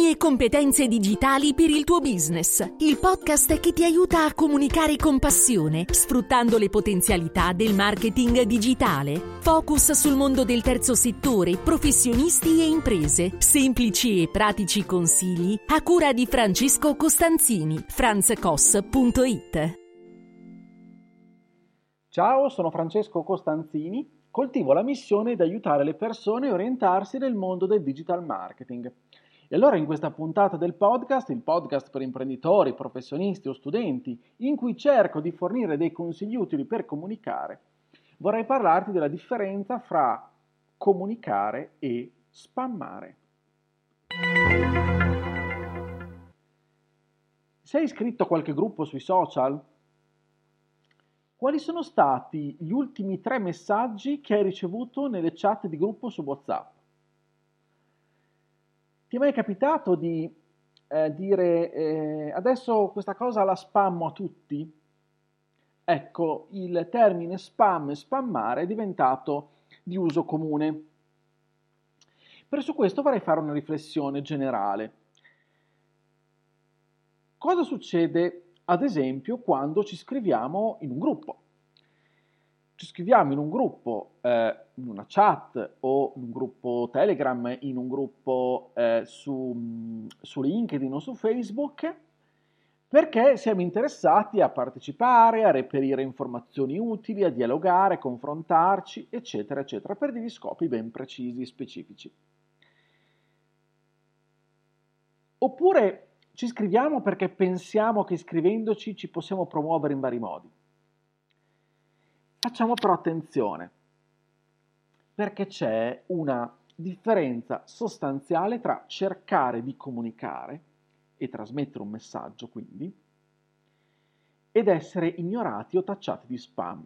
Soluzioni e competenze digitali per il tuo business. Il podcast che ti aiuta a comunicare con passione, sfruttando le potenzialità del marketing digitale. Focus sul mondo del terzo settore, professionisti e imprese. Semplici e pratici consigli a cura di Francesco Costanzini. franzcos.it. Ciao, sono Francesco Costanzini. Coltivo la missione di aiutare le persone a orientarsi nel mondo del digital marketing. E allora in questa puntata del podcast, il podcast per imprenditori, professionisti o studenti, in cui cerco di fornire dei consigli utili per comunicare, vorrei parlarti della differenza fra comunicare e spammare. Sei iscritto a qualche gruppo sui social? Quali sono stati gli ultimi 3 messaggi che hai ricevuto nelle chat di gruppo su WhatsApp? Ti è mai capitato di dire adesso questa cosa la spammo a tutti? Ecco, il termine spam e spammare è diventato di uso comune. Per su questo vorrei fare una riflessione generale. Cosa succede ad esempio quando ci scriviamo in un gruppo? Ci scriviamo in un gruppo, in una chat o in un gruppo Telegram, in un gruppo su LinkedIn o su Facebook, perché siamo interessati a partecipare, a reperire informazioni utili, a dialogare, a confrontarci, eccetera, eccetera, per degli scopi ben precisi e specifici. Oppure ci scriviamo perché pensiamo che scrivendoci ci possiamo promuovere in vari modi. Facciamo però attenzione, perché c'è una differenza sostanziale tra cercare di comunicare e trasmettere un messaggio, quindi, ed essere ignorati o tacciati di spam.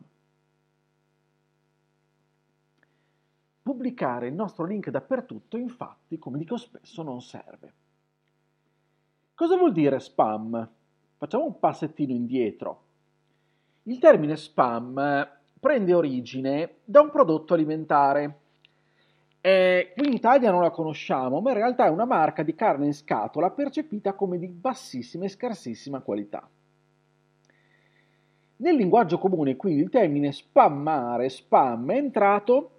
Pubblicare il nostro link dappertutto, infatti, come dico spesso, non serve. Cosa vuol dire spam? Facciamo un passettino indietro. Il termine spam prende origine da un prodotto alimentare. Qui in Italia non la conosciamo, ma in realtà è una marca di carne in scatola percepita come di bassissima e scarsissima qualità. Nel linguaggio comune, quindi, il termine spammare, spam, è entrato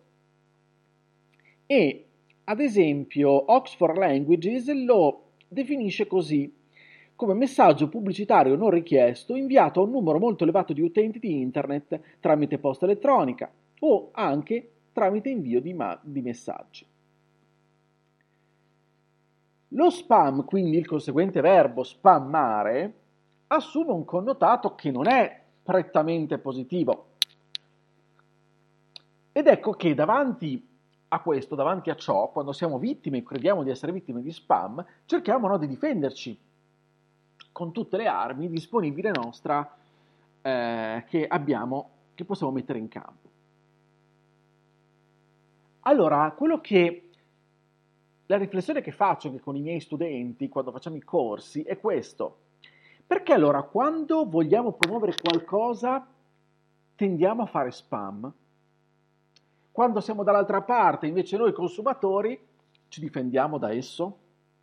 e, ad esempio, Oxford Languages lo definisce così: come messaggio pubblicitario non richiesto inviato a un numero molto elevato di utenti di internet tramite posta elettronica o anche tramite invio di messaggi. Lo spam, quindi il conseguente verbo spammare, assume un connotato che non è prettamente positivo. Ed ecco che davanti a ciò, quando siamo vittime e crediamo di essere vittime di spam, cerchiamo di difenderci con tutte le armi disponibili nostra che possiamo mettere in campo. Allora, la riflessione che faccio anche con i miei studenti quando facciamo i corsi è questo: perché allora quando vogliamo promuovere qualcosa tendiamo a fare spam? Quando siamo dall'altra parte, invece, noi consumatori ci difendiamo da esso?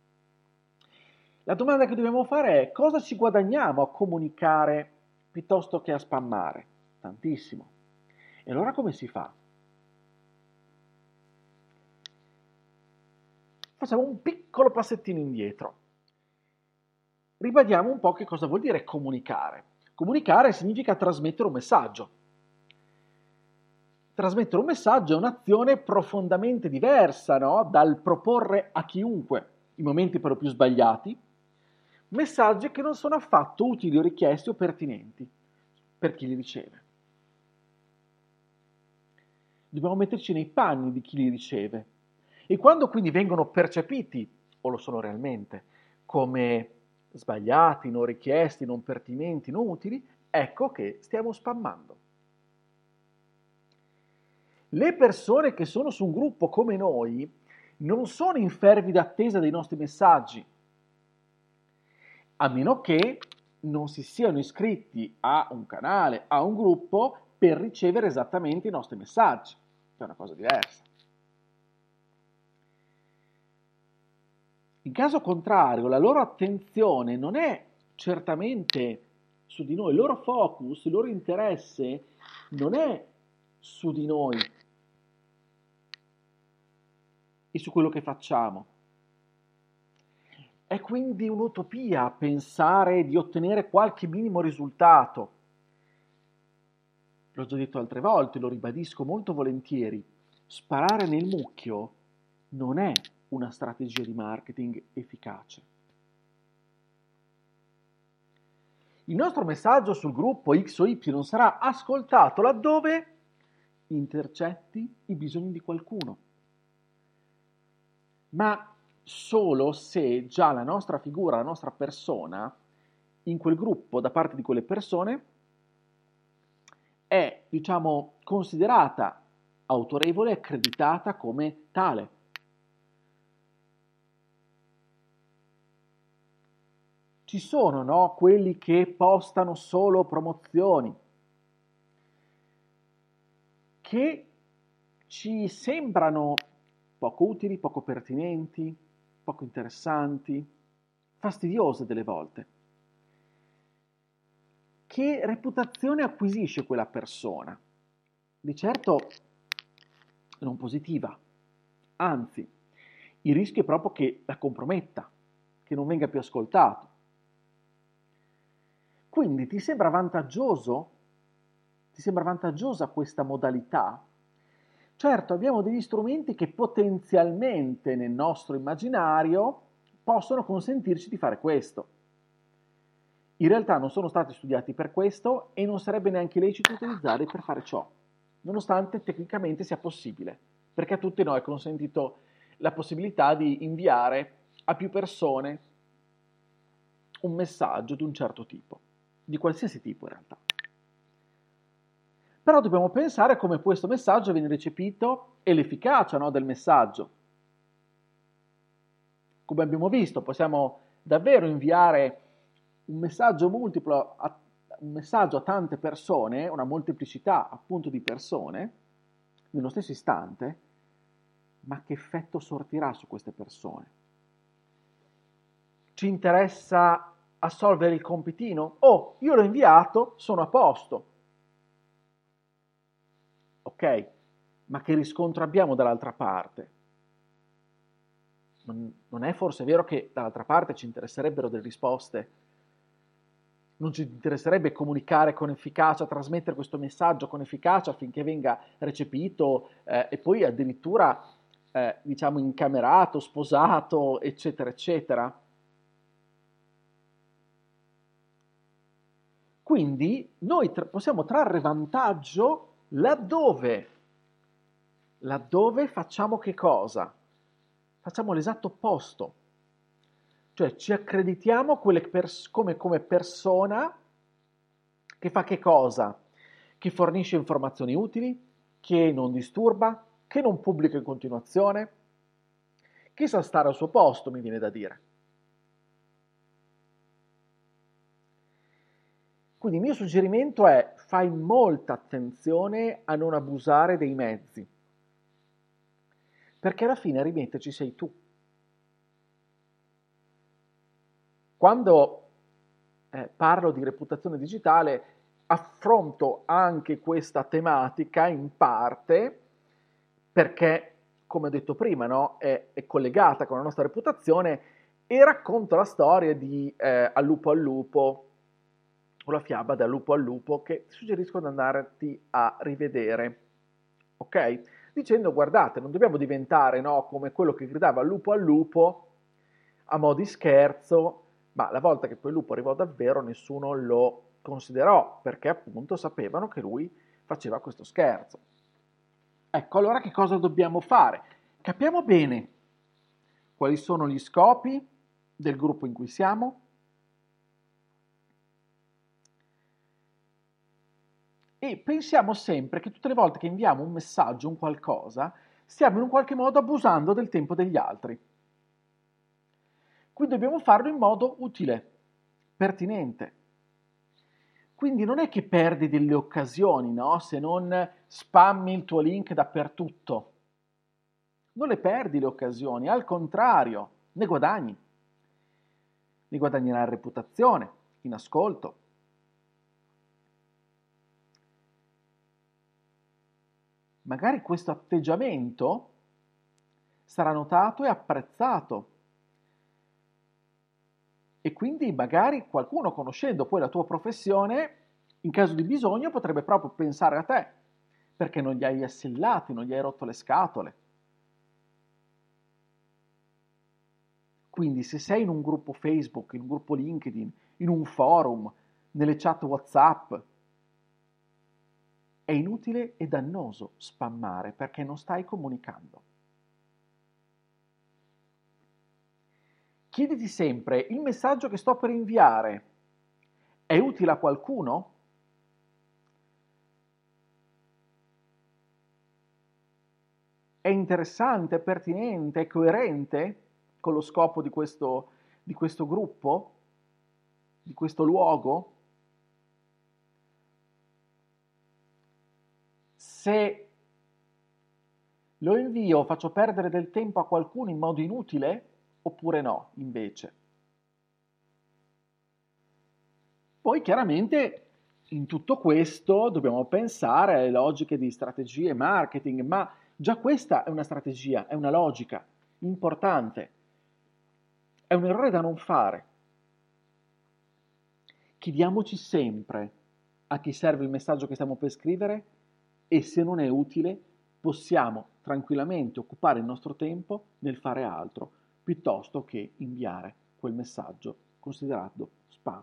La domanda che dobbiamo fare è: cosa ci guadagniamo a comunicare piuttosto che a spammare? Tantissimo. E allora come si fa? Facciamo un piccolo passettino indietro. Ribadiamo un po' che cosa vuol dire comunicare. Comunicare significa trasmettere un messaggio. Trasmettere un messaggio è un'azione profondamente diversa, no? Dal proporre a chiunque, i momenti per lo più sbagliati, messaggi che non sono affatto utili o richiesti o pertinenti per chi li riceve. Dobbiamo metterci nei panni di chi li riceve. E quando quindi vengono percepiti, o lo sono realmente, come sbagliati, non richiesti, non pertinenti, non utili, ecco che stiamo spammando. Le persone che sono su un gruppo come noi non sono in fervida attesa dei nostri messaggi, a meno che non si siano iscritti a un canale, a un gruppo, per ricevere esattamente i nostri messaggi, che è una cosa diversa. In caso contrario, la loro attenzione non è certamente su di noi, il loro focus, il loro interesse non è su di noi e su quello che facciamo. È quindi un'utopia pensare di ottenere qualche minimo risultato. L'ho già detto altre volte, lo ribadisco molto volentieri, sparare nel mucchio non è una strategia di marketing efficace. Il nostro messaggio sul gruppo X o Y sarà ascoltato laddove intercetti i bisogni di qualcuno, ma solo se già la nostra figura, la nostra persona, in quel gruppo, da parte di quelle persone, è, considerata autorevole e accreditata come tale. Ci sono, no, quelli che postano solo promozioni, che ci sembrano poco utili, poco pertinenti, poco interessanti, fastidiose delle volte. Che reputazione acquisisce quella persona? Di certo non positiva, anzi, il rischio è proprio che la comprometta, che non venga più ascoltato. Quindi ti sembra vantaggioso? Ti sembra vantaggiosa questa modalità? Certo, abbiamo degli strumenti che potenzialmente nel nostro immaginario possono consentirci di fare questo. In realtà non sono stati studiati per questo e non sarebbe neanche lecito utilizzarli per fare ciò, nonostante tecnicamente sia possibile, perché a tutti noi è consentito la possibilità di inviare a più persone un messaggio di un certo tipo, di qualsiasi tipo in realtà. Però dobbiamo pensare come questo messaggio viene recepito e l'efficacia, no, del messaggio. Come abbiamo visto, possiamo davvero inviare un messaggio multiplo, un messaggio a tante persone, una molteplicità appunto di persone, nello stesso istante, ma che effetto sortirà su queste persone? Ci interessa assolvere il compitino? Oh, io l'ho inviato, sono a posto. Ok, ma che riscontro abbiamo dall'altra parte? Non è forse vero che dall'altra parte ci interesserebbero delle risposte? Non ci interesserebbe comunicare con efficacia, trasmettere questo messaggio con efficacia affinché venga recepito e poi addirittura, incamerato, sposato, eccetera, eccetera? Quindi noi possiamo trarre vantaggio laddove facciamo che cosa? Facciamo l'esatto opposto. Cioè ci accreditiamo come persona che fa che cosa? Che fornisce informazioni utili, che non disturba, che non pubblica in continuazione, che sa stare al suo posto, mi viene da dire. Quindi il mio suggerimento è: fai molta attenzione a non abusare dei mezzi, perché alla fine a rimetterci sei tu. Quando parlo di reputazione digitale, affronto anche questa tematica in parte perché, come ho detto prima, no, è collegata con la nostra reputazione, e racconto la storia di Al lupo, o la fiaba da lupo al lupo, che ti suggerisco di andarti a rivedere, ok? Dicendo: guardate, non dobbiamo diventare, no, come quello che gridava al lupo a mo' di scherzo, ma la volta che poi il lupo arrivò davvero nessuno lo considerò, perché appunto sapevano che lui faceva questo scherzo. Ecco, allora che cosa dobbiamo fare? Capiamo bene quali sono gli scopi del gruppo in cui siamo e pensiamo sempre che tutte le volte che inviamo un messaggio, un qualcosa, stiamo in un qualche modo abusando del tempo degli altri. Quindi dobbiamo farlo in modo utile, pertinente. Quindi non è che perdi delle occasioni, no? Se non spammi il tuo link dappertutto. Non le perdi le occasioni, al contrario, ne guadagni. Ne guadagnerai in reputazione, in ascolto. Magari questo atteggiamento sarà notato e apprezzato. E quindi magari qualcuno, conoscendo poi la tua professione, in caso di bisogno potrebbe proprio pensare a te, perché non gli hai assillati, non gli hai rotto le scatole. Quindi se sei in un gruppo Facebook, in un gruppo LinkedIn, in un forum, nelle chat WhatsApp, è inutile e dannoso spammare perché non stai comunicando. Chiediti sempre, il messaggio che sto per inviare è utile a qualcuno? È interessante, è pertinente, è coerente con lo scopo di questo gruppo, di questo luogo? Se lo invio, faccio perdere del tempo a qualcuno in modo inutile oppure no, invece? Poi chiaramente in tutto questo dobbiamo pensare alle logiche di strategie marketing, ma già questa è una strategia, è una logica importante. È un errore da non fare. Chiediamoci sempre a chi serve il messaggio che stiamo per scrivere e se non è utile possiamo tranquillamente occupare il nostro tempo nel fare altro piuttosto che inviare quel messaggio considerato spam.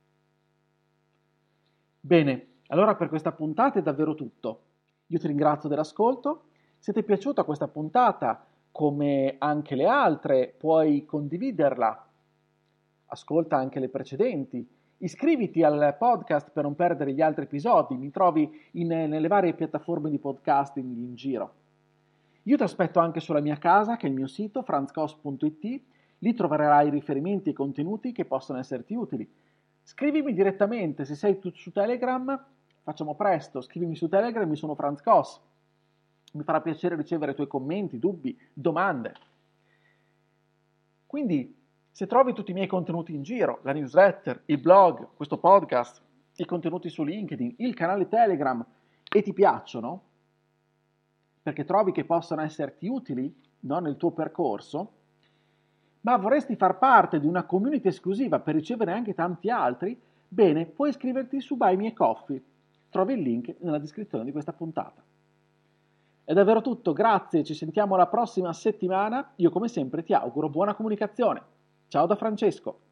Bene, allora per questa puntata è davvero tutto. Io ti ringrazio dell'ascolto. Se ti è piaciuta questa puntata, come anche le altre, puoi condividerla. Ascolta anche le precedenti. Iscriviti al podcast per non perdere gli altri episodi. Mi trovi nelle varie piattaforme di podcasting in giro. Io ti aspetto anche sulla mia casa, che è il mio sito, franzcos.it. Lì troverai i riferimenti e contenuti che possono esserti utili. Scrivimi direttamente, se sei su Telegram, facciamo presto, scrivimi su Telegram, mi sono Franz Cos. Mi farà piacere ricevere i tuoi commenti, dubbi, domande. Quindi, se trovi tutti i miei contenuti in giro, la newsletter, il blog, questo podcast, i contenuti su LinkedIn, il canale Telegram, e ti piacciono, perché trovi che possano esserti utili, no, nel tuo percorso, ma vorresti far parte di una community esclusiva per ricevere anche tanti altri, bene, puoi iscriverti su Buy Me a Coffee. Trovi il link nella descrizione di questa puntata. È davvero tutto, grazie, ci sentiamo la prossima settimana. Io come sempre ti auguro buona comunicazione. Ciao da Francesco.